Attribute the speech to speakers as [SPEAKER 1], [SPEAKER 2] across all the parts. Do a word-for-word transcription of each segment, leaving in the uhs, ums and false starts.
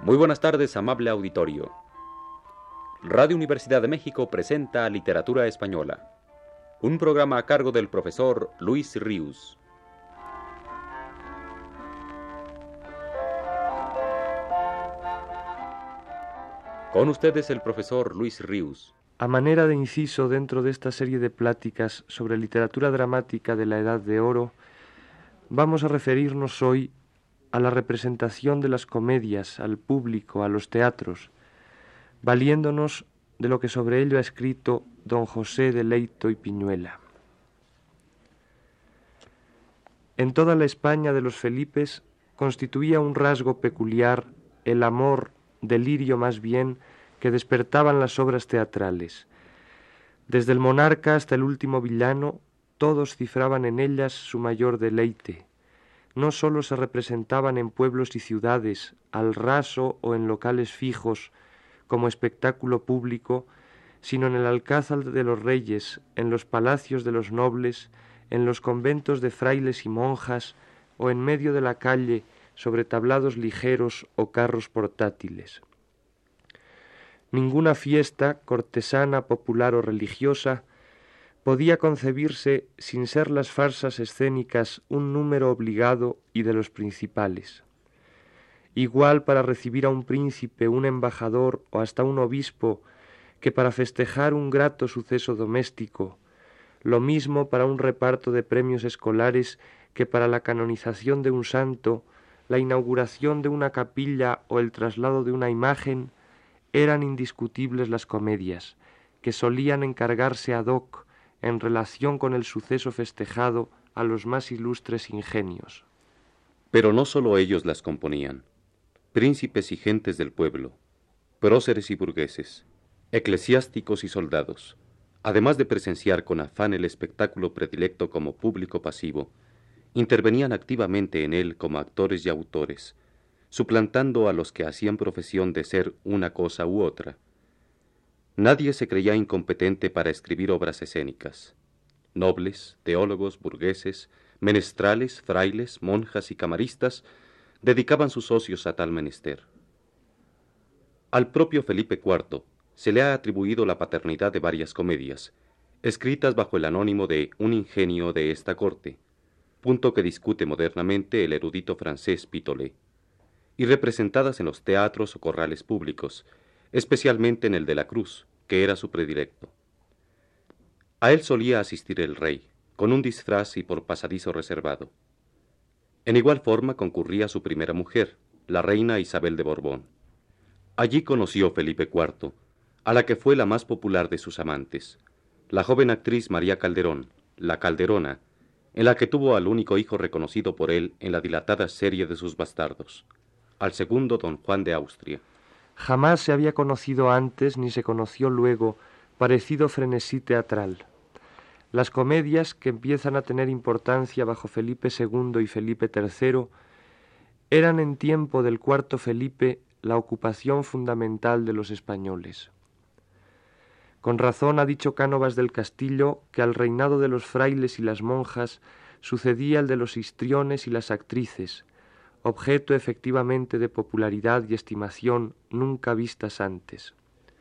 [SPEAKER 1] Muy buenas tardes, amable auditorio. Radio Universidad de México presenta Literatura Española, un programa a cargo del profesor Luis Ríos. Con ustedes el profesor Luis Ríos.
[SPEAKER 2] A manera de inciso dentro de esta serie de pláticas sobre literatura dramática de la Edad de Oro, vamos a referirnos hoy a la representación de las comedias, al público, a los teatros, valiéndonos de lo que sobre ello ha escrito don José de Leito y Piñuela. En toda la España de los Felipes constituía un rasgo peculiar el amor, delirio más bien, que despertaban las obras teatrales. Desde el monarca hasta el último villano, todos cifraban en ellas su mayor deleite. No sólo se representaban en pueblos y ciudades, al raso o en locales fijos, como espectáculo público, sino en el alcázar de los reyes, en los palacios de los nobles, en los conventos de frailes y monjas, o en medio de la calle, sobre tablados ligeros o carros portátiles. Ninguna fiesta, cortesana, popular o religiosa, podía concebirse sin ser las farsas escénicas un número obligado y de los principales. Igual para recibir a un príncipe, un embajador o hasta un obispo que para festejar un grato suceso doméstico, lo mismo para un reparto de premios escolares que para la canonización de un santo, la inauguración de una capilla o el traslado de una imagen, eran indiscutibles las comedias, que solían encargarse ad hoc en relación con el suceso festejado a los más ilustres ingenios.
[SPEAKER 1] Pero no sólo ellos las componían. Príncipes y gentes del pueblo, próceres y burgueses, eclesiásticos y soldados, además de presenciar con afán el espectáculo predilecto como público pasivo, intervenían activamente en él como actores y autores, suplantando a los que hacían profesión de ser una cosa u otra. Nadie se creía incompetente para escribir obras escénicas. Nobles, teólogos, burgueses, menestrales, frailes, monjas y camaristas dedicaban sus ocios a tal menester. Al propio Felipe cuarto se le ha atribuido la paternidad de varias comedias, escritas bajo el anónimo de un ingenio de esta corte, punto que discute modernamente el erudito francés Pistolet, y representadas en los teatros o corrales públicos, especialmente en el de la Cruz, que era su predilecto. A él solía asistir el rey, con un disfraz y por pasadizo reservado. En igual forma concurría su primera mujer, la reina Isabel de Borbón. Allí conoció Felipe cuarto, a la que fue la más popular de sus amantes, la joven actriz María Calderón, la Calderona, en la que tuvo al único hijo reconocido por él en la dilatada serie de sus bastardos, al segundo don Juan de Austria.
[SPEAKER 2] Jamás se había conocido antes ni se conoció luego parecido frenesí teatral. Las comedias, que empiezan a tener importancia bajo Felipe segundo y Felipe tercero, eran en tiempo del cuarto Felipe la ocupación fundamental de los españoles. Con razón ha dicho Cánovas del Castillo que al reinado de los frailes y las monjas sucedía el de los histriones y las actrices, objeto efectivamente de popularidad y estimación nunca vistas antes.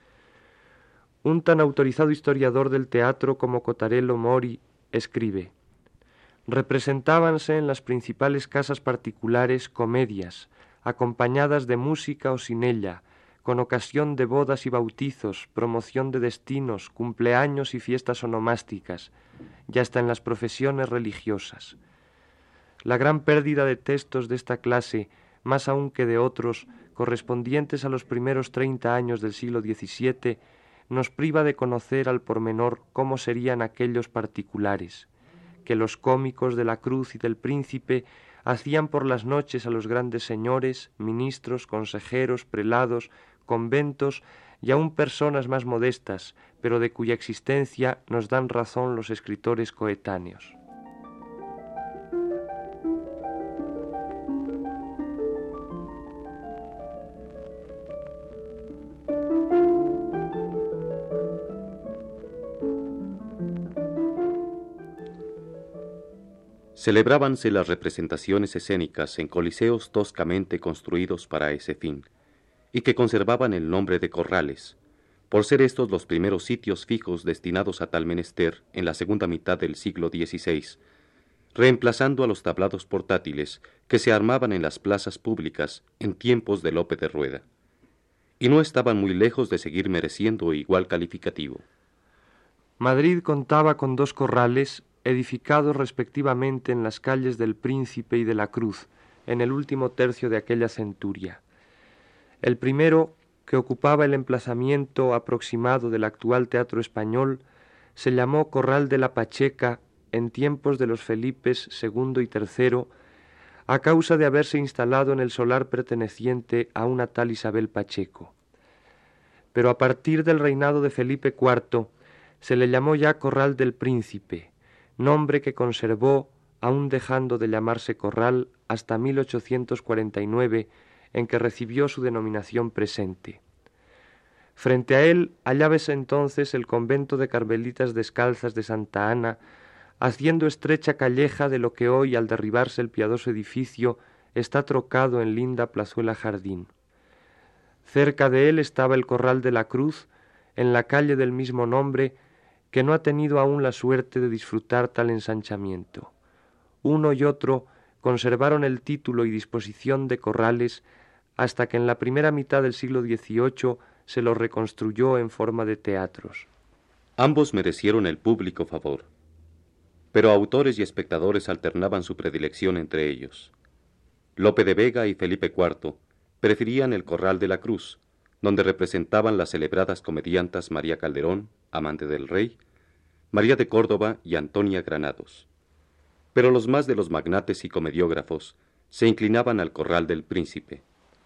[SPEAKER 2] Un tan autorizado historiador del teatro como Cotarello Mori escribe: representábanse en las principales casas particulares comedias, acompañadas de música o sin ella, con ocasión de bodas y bautizos, promoción de destinos, cumpleaños y fiestas onomásticas, y hasta en las profesiones religiosas. La gran pérdida de textos de esta clase, más aún que de otros, correspondientes a los primeros treinta años del siglo diecisiete, nos priva de conocer al pormenor cómo serían aquellos particulares, que los cómicos de la Cruz y del Príncipe hacían por las noches a los grandes señores, ministros, consejeros, prelados, conventos y aun personas más modestas, pero de cuya existencia nos dan razón los escritores coetáneos.
[SPEAKER 1] Celebrábanse las representaciones escénicas en coliseos toscamente construidos para ese fin, y que conservaban el nombre de corrales, por ser estos los primeros sitios fijos destinados a tal menester en la segunda mitad del siglo dieciséis, reemplazando a los tablados portátiles que se armaban en las plazas públicas en tiempos de Lope de Rueda, y no estaban muy lejos de seguir mereciendo igual calificativo.
[SPEAKER 2] Madrid contaba con dos corrales edificados respectivamente en las calles del Príncipe y de la Cruz, en el último tercio de aquella centuria. El primero, que ocupaba el emplazamiento aproximado del actual Teatro Español, se llamó Corral de la Pacheca en tiempos de los Felipes segundo y tercero, a causa de haberse instalado en el solar perteneciente a una tal Isabel Pacheco. Pero a partir del reinado de Felipe cuarto se le llamó ya Corral del Príncipe, nombre que conservó, aun dejando de llamarse Corral, hasta mil ochocientos cuarenta y nueve, en que recibió su denominación presente. Frente a él hallábase entonces el convento de Carmelitas Descalzas de Santa Ana, haciendo estrecha calleja de lo que hoy, al derribarse el piadoso edificio, está trocado en linda plazuela jardín. Cerca de él estaba el Corral de la Cruz, en la calle del mismo nombre, que no ha tenido aún la suerte de disfrutar tal ensanchamiento. Uno y otro conservaron el título y disposición de corrales hasta que en la primera mitad del siglo dieciocho se los reconstruyó en forma de teatros.
[SPEAKER 1] Ambos merecieron el público favor, pero autores y espectadores alternaban su predilección entre ellos. Lope de Vega y Felipe cuarto preferían el Corral de la Cruz, donde representaban las celebradas comediantas María Calderón, amante del rey, María de Córdoba y Antonia Granados. Pero los más de los magnates y comediógrafos se inclinaban al Corral del Príncipe.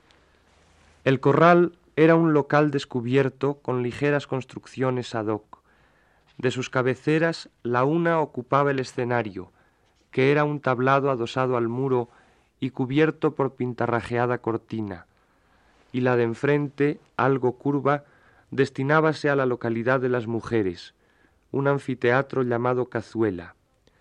[SPEAKER 2] El corral era un local descubierto con ligeras construcciones ad hoc. De sus cabeceras, la una ocupaba el escenario, que era un tablado adosado al muro y cubierto por pintarrajeada cortina, y la de enfrente, algo curva, destinábase a la localidad de las mujeres, un anfiteatro llamado Cazuela.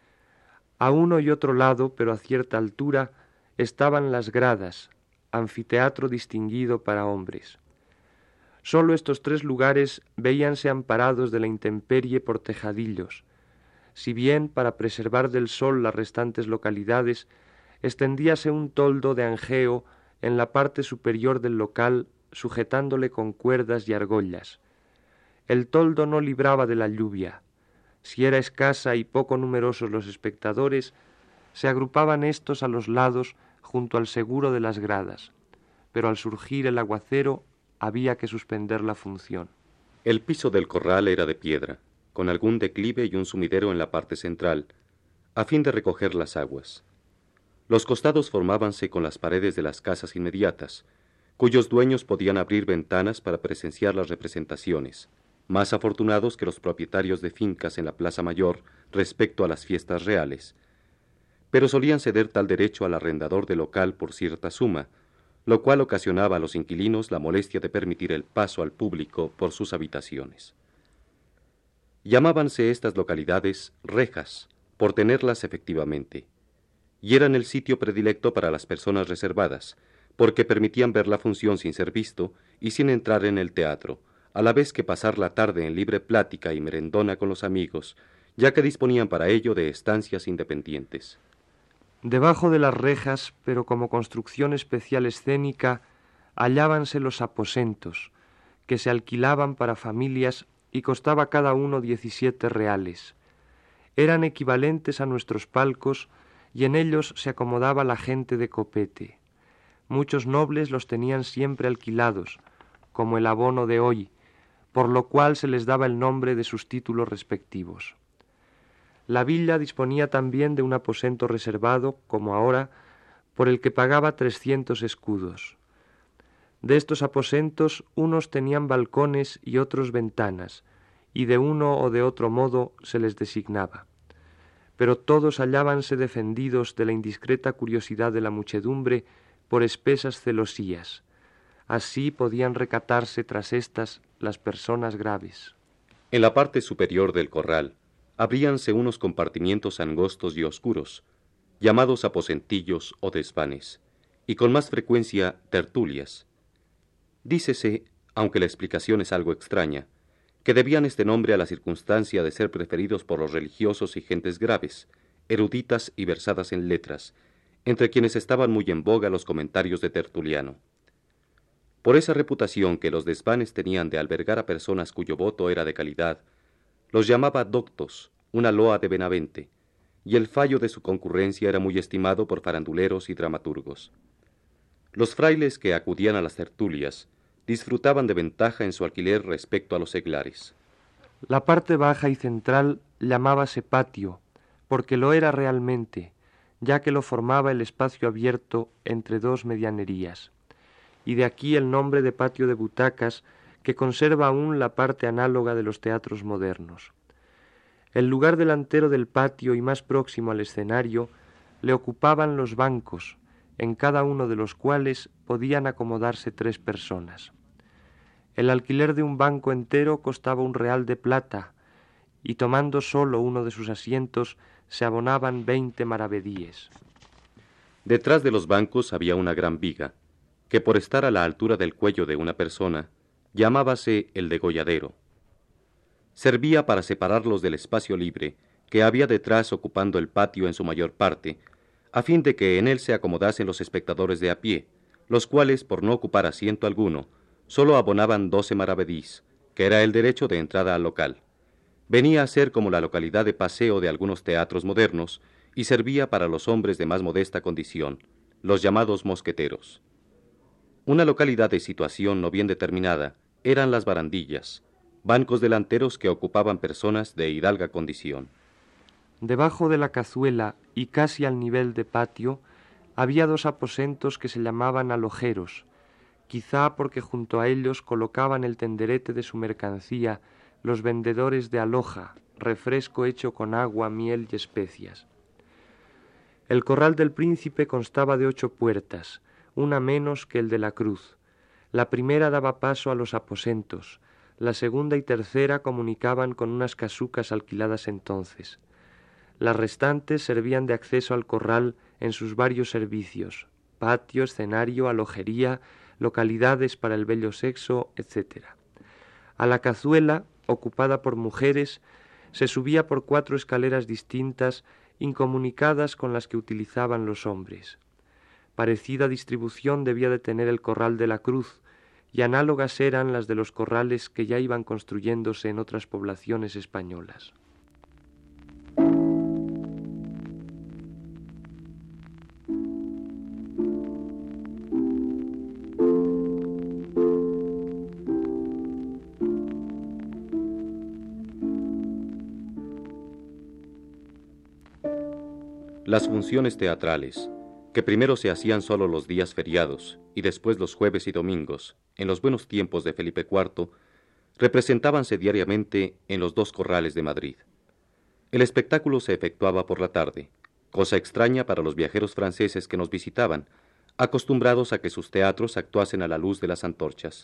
[SPEAKER 2] A uno y otro lado, pero a cierta altura, estaban las gradas, anfiteatro distinguido para hombres. Sólo estos tres lugares veíanse amparados de la intemperie por tejadillos, si bien, para preservar del sol las restantes localidades, extendíase un toldo de angeo en la parte superior del local, sujetándole con cuerdas y argollas. El toldo no libraba de la lluvia. Si era escasa y poco numerosos los espectadores, se agrupaban éstos a los lados junto al seguro de las gradas, pero al surgir el aguacero había que suspender la función.
[SPEAKER 1] El piso del corral era de piedra, con algún declive y un sumidero en la parte central, a fin de recoger las aguas. Los costados formábanse con las paredes de las casas inmediatas, cuyos dueños podían abrir ventanas para presenciar las representaciones, más afortunados que los propietarios de fincas en la Plaza Mayor respecto a las fiestas reales. Pero solían ceder tal derecho al arrendador del local por cierta suma, lo cual ocasionaba a los inquilinos la molestia de permitir el paso al público por sus habitaciones. Llamábanse estas localidades rejas, por tenerlas efectivamente, y eran el sitio predilecto para las personas reservadas, porque permitían ver la función sin ser visto y sin entrar en el teatro, a la vez que pasar la tarde en libre plática y merendona con los amigos, ya que disponían para ello de estancias independientes.
[SPEAKER 2] Debajo de las rejas, pero como construcción especial escénica, hallábanse los aposentos, que se alquilaban para familias y costaba cada uno diecisiete reales. Eran equivalentes a nuestros palcos y en ellos se acomodaba la gente de copete. Muchos nobles los tenían siempre alquilados, como el abono de hoy, por lo cual se les daba el nombre de sus títulos respectivos. La villa disponía también de un aposento reservado, como ahora, por el que pagaba trescientos escudos. De estos aposentos, unos tenían balcones y otros ventanas, y de uno o de otro modo se les designaba. Pero todos hallábanse defendidos de la indiscreta curiosidad de la muchedumbre por espesas celosías. Así podían recatarse tras éstas las personas graves.
[SPEAKER 1] En la parte superior del corral abríanse unos compartimientos angostos y oscuros, llamados aposentillos o desvanes, y con más frecuencia tertulias. Dícese, aunque la explicación es algo extraña, que debían este nombre a la circunstancia de ser preferidos por los religiosos y gentes graves, eruditas y versadas en letras, entre quienes estaban muy en boga los comentarios de Tertuliano. Por esa reputación que los desvanes tenían de albergar a personas cuyo voto era de calidad, los llamaba doctos, una loa de Benavente, y el fallo de su concurrencia era muy estimado por faranduleros y dramaturgos. Los frailes que acudían a las tertulias disfrutaban de ventaja en su alquiler respecto a los seglares.
[SPEAKER 2] La parte baja y central llamábase patio, porque lo era realmente, ya que lo formaba el espacio abierto entre dos medianerías, y de aquí el nombre de patio de butacas, que conserva aún la parte análoga de los teatros modernos. El lugar delantero del patio y más próximo al escenario le ocupaban los bancos, en cada uno de los cuales podían acomodarse tres personas. El alquiler de un banco entero costaba un real de plata, y tomando solo uno de sus asientos se abonaban veinte maravedíes.
[SPEAKER 1] Detrás de los bancos había una gran viga, que por estar a la altura del cuello de una persona, llamábase el degolladero. Servía para separarlos del espacio libre que había detrás ocupando el patio en su mayor parte, a fin de que en él se acomodasen los espectadores de a pie, los cuales, por no ocupar asiento alguno, solo abonaban doce maravedís, que era el derecho de entrada al local. Venía a ser como la localidad de paseo de algunos teatros modernos y servía para los hombres de más modesta condición, los llamados mosqueteros. Una localidad de situación no bien determinada eran las barandillas, bancos delanteros que ocupaban personas de hidalga condición.
[SPEAKER 2] Debajo de la cazuela y casi al nivel de patio había dos aposentos que se llamaban alojeros, quizá porque junto a ellos colocaban el tenderete de su mercancía los vendedores de aloja, refresco hecho con agua, miel y especias. El corral del príncipe constaba de ocho puertas, una menos que el de la cruz. La primera daba paso a los aposentos, la segunda y tercera comunicaban con unas casucas alquiladas entonces. Las restantes servían de acceso al corral en sus varios servicios, patio, escenario, alojería, localidades para el bello sexo, etcétera. A la cazuela, ocupada por mujeres, se subía por cuatro escaleras distintas, incomunicadas con las que utilizaban los hombres. Parecida distribución debía de tener el corral de la cruz, y análogas eran las de los corrales que ya iban construyéndose en otras poblaciones españolas.
[SPEAKER 1] Las funciones teatrales, que primero se hacían solo los días feriados y después los jueves y domingos, en los buenos tiempos de Felipe cuarto, representábanse diariamente en los dos corrales de Madrid. El espectáculo se efectuaba por la tarde, cosa extraña para los viajeros franceses que nos visitaban, acostumbrados a que sus teatros actuasen a la luz de las antorchas.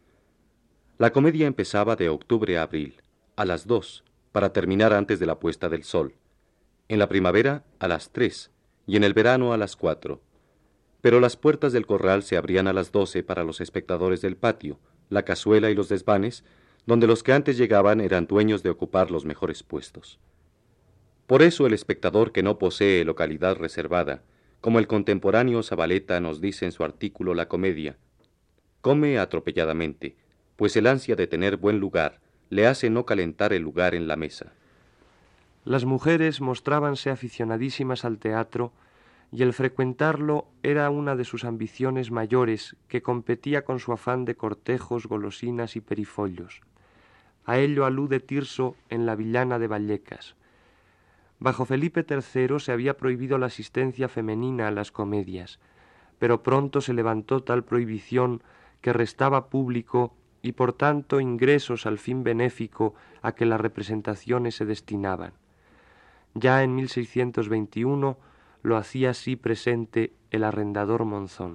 [SPEAKER 1] La comedia empezaba de octubre a abril, a las dos, para terminar antes de la puesta del sol. En la primavera a las tres y en el verano a las cuatro. Pero las puertas del corral se abrían a las doce para los espectadores del patio, la cazuela y los desvanes, donde los que antes llegaban eran dueños de ocupar los mejores puestos. Por eso el espectador que no posee localidad reservada, como el contemporáneo Zabaleta nos dice en su artículo La comedia, come atropelladamente, pues el ansia de tener buen lugar le hace no calentar el lugar en la mesa.
[SPEAKER 2] Las mujeres mostrábanse aficionadísimas al teatro y el frecuentarlo era una de sus ambiciones mayores que competía con su afán de cortejos, golosinas y perifollos. A ello alude Tirso en La villana de Vallecas. Bajo Felipe tercero se había prohibido la asistencia femenina a las comedias, pero pronto se levantó tal prohibición que restaba público y por tanto ingresos al fin benéfico a que las representaciones se destinaban. Ya en mil seiscientos veintiuno lo hacía así presente el arrendador Monzón.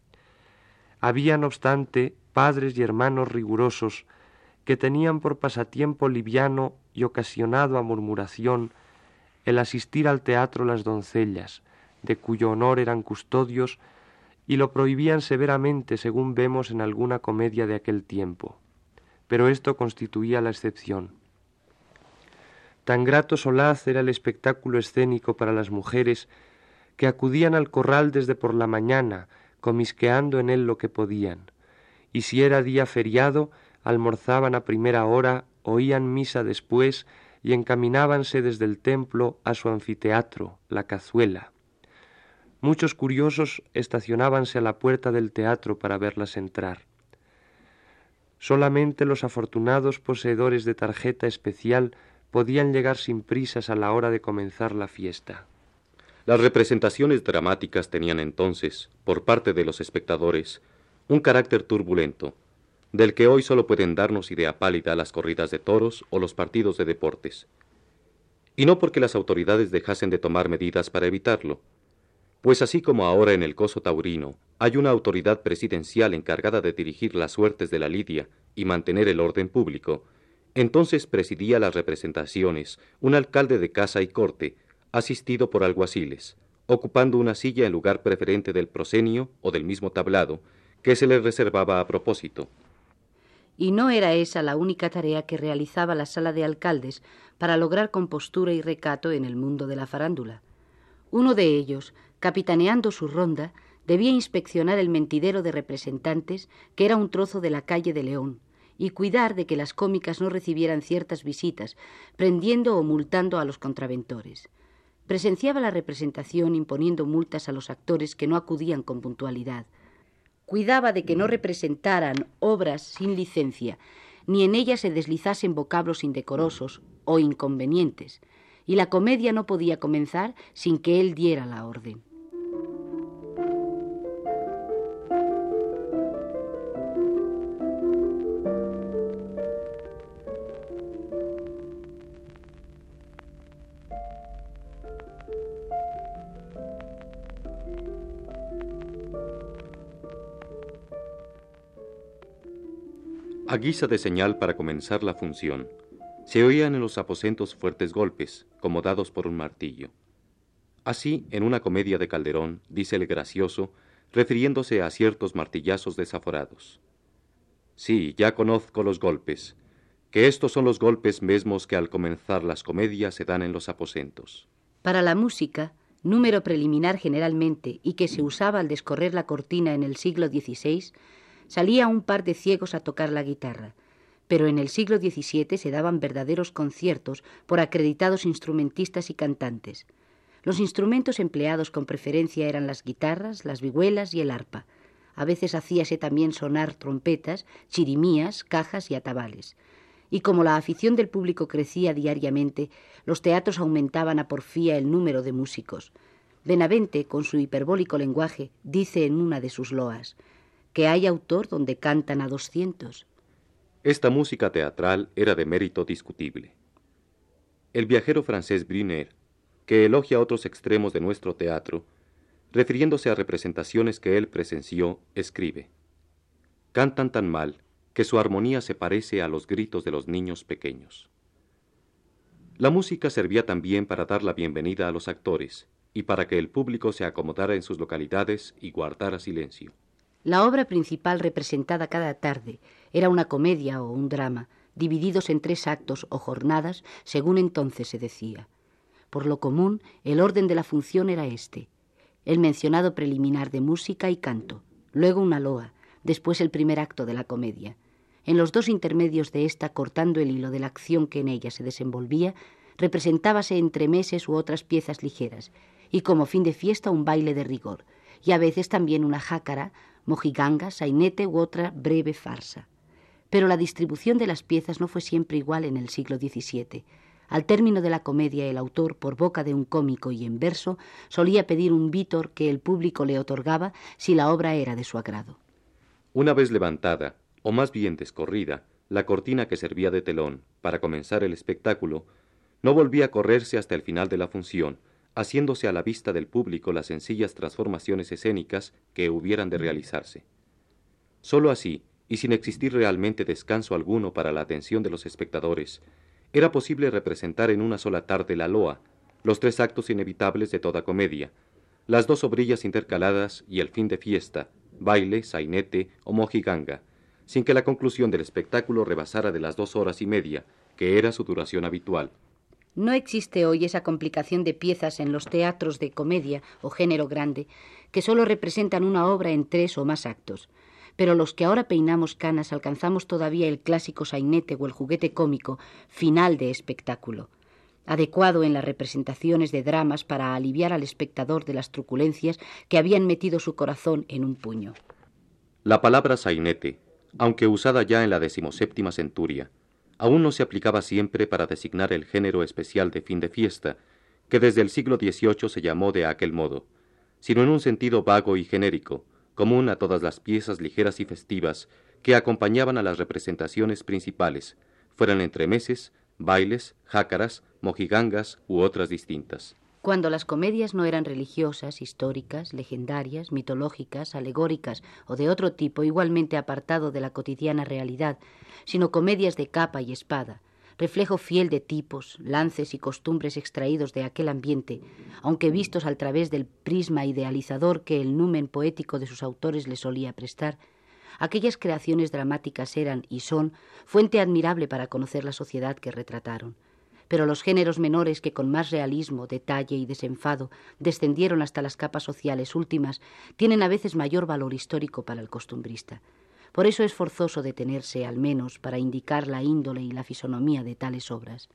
[SPEAKER 2] Había, no obstante, padres y hermanos rigurosos que tenían por pasatiempo liviano y ocasionado a murmuración el asistir al teatro las doncellas, de cuyo honor eran custodios, y lo prohibían severamente, según vemos en alguna comedia de aquel tiempo. Pero esto constituía la excepción. Tan grato solaz era el espectáculo escénico para las mujeres que acudían al corral desde por la mañana, comisqueando en él lo que podían, y si era día feriado, almorzaban a primera hora, oían misa después y encaminábanse desde el templo a su anfiteatro, la Cazuela. Muchos curiosos estacionábanse a la puerta del teatro para verlas entrar. Solamente los afortunados poseedores de tarjeta especial podían llegar sin prisas a la hora de comenzar la fiesta.
[SPEAKER 1] Las representaciones dramáticas tenían entonces, por parte de los espectadores, un carácter turbulento, del que hoy solo pueden darnos idea pálida las corridas de toros o los partidos de deportes. Y no porque las autoridades dejasen de tomar medidas para evitarlo, pues así como ahora en el coso taurino hay una autoridad presidencial encargada de dirigir las suertes de la lidia y mantener el orden público, entonces presidía las representaciones un alcalde de casa y corte, asistido por alguaciles, ocupando una silla en lugar preferente del proscenio o del mismo tablado que se le reservaba a propósito.
[SPEAKER 3] Y no era esa la única tarea que realizaba la sala de alcaldes para lograr compostura y recato en el mundo de la farándula. Uno de ellos, capitaneando su ronda, debía inspeccionar el mentidero de representantes, que era un trozo de la calle de León, y cuidar de que las cómicas no recibieran ciertas visitas, prendiendo o multando a los contraventores. Presenciaba la representación imponiendo multas a los actores que no acudían con puntualidad. Cuidaba de que no representaran obras sin licencia, ni en ellas se deslizasen vocablos indecorosos o inconvenientes, y la comedia no podía comenzar sin que él diera la orden.
[SPEAKER 1] A guisa de señal para comenzar la función, se oían en los aposentos fuertes golpes, como dados por un martillo. Así, en una comedia de Calderón, dice el gracioso, refiriéndose a ciertos martillazos desaforados: «Sí, ya conozco los golpes, que estos son los golpes mesmos que al comenzar las comedias se dan en los aposentos».
[SPEAKER 3] Para la música, número preliminar generalmente y que se usaba al descorrer la cortina en el siglo dieciséis, salía un par de ciegos a tocar la guitarra, pero en el siglo diecisiete se daban verdaderos conciertos por acreditados instrumentistas y cantantes. Los instrumentos empleados con preferencia eran las guitarras, las vihuelas y el arpa. A veces hacíase también sonar trompetas, chirimías, cajas y atabales. Y como la afición del público crecía diariamente, los teatros aumentaban a porfía el número de músicos. Benavente, con su hiperbólico lenguaje, dice en una de sus loas que hay autor donde cantan a doscientos.
[SPEAKER 1] Esta música teatral era de mérito discutible. El viajero francés Brunner, que elogia otros extremos de nuestro teatro, refiriéndose a representaciones que él presenció, escribe: «Cantan tan mal que su armonía se parece a los gritos de los niños pequeños». La música servía también para dar la bienvenida a los actores y para que el público se acomodara en sus localidades y guardara silencio.
[SPEAKER 3] La obra principal representada cada tarde era una comedia o un drama, divididos en tres actos o jornadas, según entonces se decía. Por lo común, el orden de la función era este: el mencionado preliminar de música y canto, luego una loa, después el primer acto de la comedia. En los dos intermedios de esta, cortando el hilo de la acción que en ella se desenvolvía, representábase entremeses u otras piezas ligeras, y como fin de fiesta un baile de rigor, y a veces también una jácara, mojiganga, sainete u otra breve farsa. Pero la distribución de las piezas no fue siempre igual en el siglo diecisiete. Al término de la comedia, el autor, por boca de un cómico y en verso, solía pedir un vítor que el público le otorgaba si la obra era de su agrado.
[SPEAKER 1] Una vez levantada, o más bien descorrida, la cortina que servía de telón para comenzar el espectáculo, no volvía a correrse hasta el final de la función, haciéndose a la vista del público las sencillas transformaciones escénicas que hubieran de realizarse. Solo así, y sin existir realmente descanso alguno para la atención de los espectadores, era posible representar en una sola tarde la loa, los tres actos inevitables de toda comedia, las dos sobrillas intercaladas y el fin de fiesta, baile, sainete o mojiganga, sin que la conclusión del espectáculo rebasara de las dos horas y media, que era su duración habitual.
[SPEAKER 3] No existe hoy esa complicación de piezas en los teatros de comedia o género grande, que solo representan una obra en tres o más actos. Pero los que ahora peinamos canas alcanzamos todavía el clásico sainete o el juguete cómico final de espectáculo, adecuado en las representaciones de dramas para aliviar al espectador de las truculencias que habían metido su corazón en un puño.
[SPEAKER 1] La palabra sainete, aunque usada ya en la decimoséptima centuria, aún no se aplicaba siempre para designar el género especial de fin de fiesta, que desde el siglo dieciocho se llamó de aquel modo, sino en un sentido vago y genérico, común a todas las piezas ligeras y festivas que acompañaban a las representaciones principales, fueran entremeses, bailes, jácaras, mojigangas u otras distintas.
[SPEAKER 3] Cuando las comedias no eran religiosas, históricas, legendarias, mitológicas, alegóricas o de otro tipo igualmente apartado de la cotidiana realidad, sino comedias de capa y espada, reflejo fiel de tipos, lances y costumbres extraídos de aquel ambiente, aunque vistos al través del prisma idealizador que el numen poético de sus autores les solía prestar, aquellas creaciones dramáticas eran y son fuente admirable para conocer la sociedad que retrataron. Pero los géneros menores que con más realismo, detalle y desenfado descendieron hasta las capas sociales últimas tienen a veces mayor valor histórico para el costumbrista. Por eso es forzoso detenerse, al menos, para indicar la índole y la fisonomía de tales obras.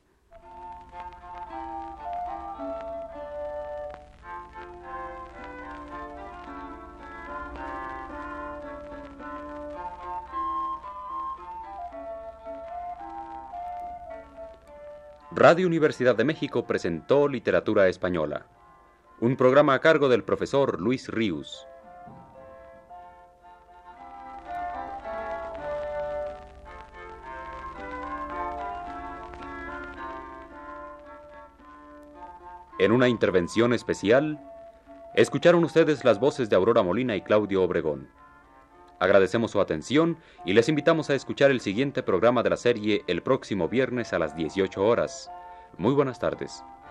[SPEAKER 4] Radio Universidad de México presentó Literatura Española, un programa a cargo del profesor Luis Ríos. En una intervención especial, escucharon ustedes las voces de Aurora Molina y Claudio Obregón. Agradecemos su atención y les invitamos a escuchar el siguiente programa de la serie el próximo viernes a las dieciocho horas. Muy buenas tardes.